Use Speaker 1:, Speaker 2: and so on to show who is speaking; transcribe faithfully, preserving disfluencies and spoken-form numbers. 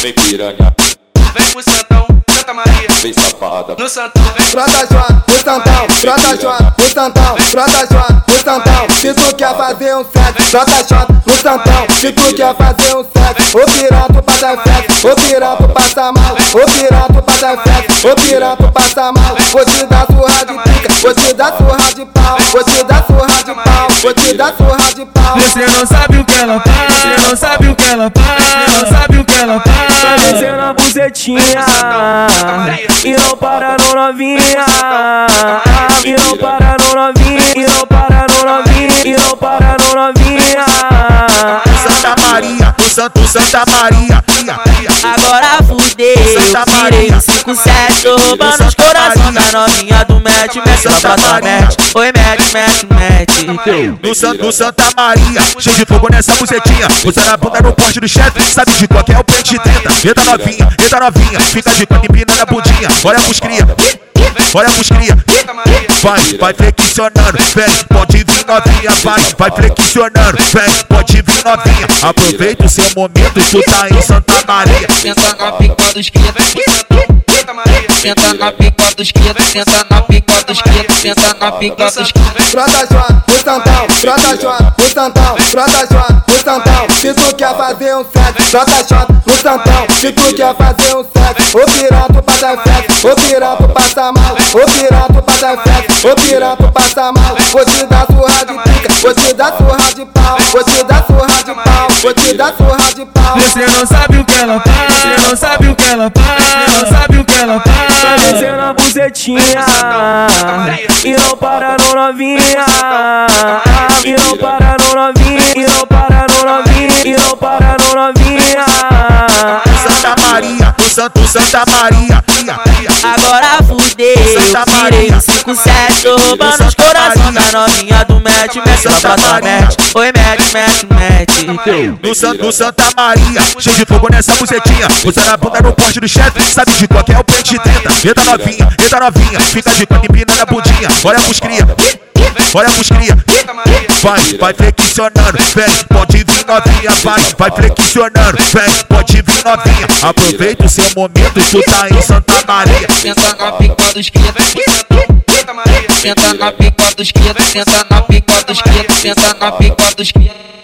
Speaker 1: vem piranha,
Speaker 2: vem pro Santão, Santa Maria,
Speaker 1: vem safada,
Speaker 2: no Santão, vem
Speaker 3: Frota J, no Santão, Frota J, no Santão, Frota J, no Santão. Se tu quer fazer um sexo, Frota J, no Santão. Se tu quer fazer um sexo, ô piranha tu passa sexo, ô piranha tu passa mal, ô piranha tu passa sexo, ô piranha tu passa mal. Vou te dar surra de pica, vou te dar surra de pau, vou te dar surra de pau, vou te dar surra de pau.
Speaker 4: Você não sabe o que ela faz, você não sabe o que ela faz, você não sabe o que ela faz. Tá descendo a bucetinha e não para no novinha, e não para no novinha, e não para no novinha, e não para no novinha.
Speaker 5: Santa Maria, o Santo Santa Maria.
Speaker 6: Agora fudeu, tirei o cinco sete, roubando os coração da novinha do mete, mete, ela brota, mete, oi, mete, mete, mete.
Speaker 5: No Santo Santa Maria, cheio de fogo nessa bucetinha, usando a bunda no porte do chefe, sabe de qual que é o pente tenta. Eita novinha, eita novinha, fica de quatro empinando a bundinha, olha pros cria, olha pros cria. Vai, vai flexionando, vem, pode vir novinha, vai, vai flexionando, vem, pode vir novinha. Aproveita o seu momento, tu tá em Santa Maria.
Speaker 6: Senta na pica dos esquerda, senta na pica dos esquerda, senta na pica dos esquerda, senta na pica dos esquerda.
Speaker 3: Frota J, no Santão, Frota J, no Santão, Frota J, no Santão. Se tu quer fazer um sexo, Frota J, no Santão. Se tu quer fazer um sexo, ô piranha tu passa sexo, ô piranha tu passa mal, ô piranha tu passa sexo, ô piranha tu passa mal. Vou te dar surra de pica, vou te dar surra de pau, vou te dar surra de pau, vou te dar surra de pau.
Speaker 4: Você não sabe o que ela faz, você não sabe o que ela faz, você não sabe o que ela faz. Tá descendo a bucetinha e não para no novinha, e não para no novinha, e não para no novinha, e não para no novinha.
Speaker 5: Santa Maria, o Santo Santa Maria.
Speaker 6: Agora fudeu, tirei o cinco sete, roubando os coração da novinha do mete, mete, ela brota, mete, oi, mete, mete, mete.
Speaker 5: No Santo Santa Maria, cheio de fogo nessa bucetinha, usando a bunda no porte do chefe, sabe de qual que é o pente tenta. Eita novinha, eita novinha, fica de quatro empinando a bundinha, olha pros cria, olha pros cria. Vai, vai flexionando, vem, pode vir novinha, vai, vai flexionando, vem, pode vir novinha. Aproveita o seu momento, tu tá em Santa Maria.
Speaker 6: Senta na pica dos esquerda, senta na pica dos esquerda, senta na pica dos esquerda, senta na pica dos esquerda.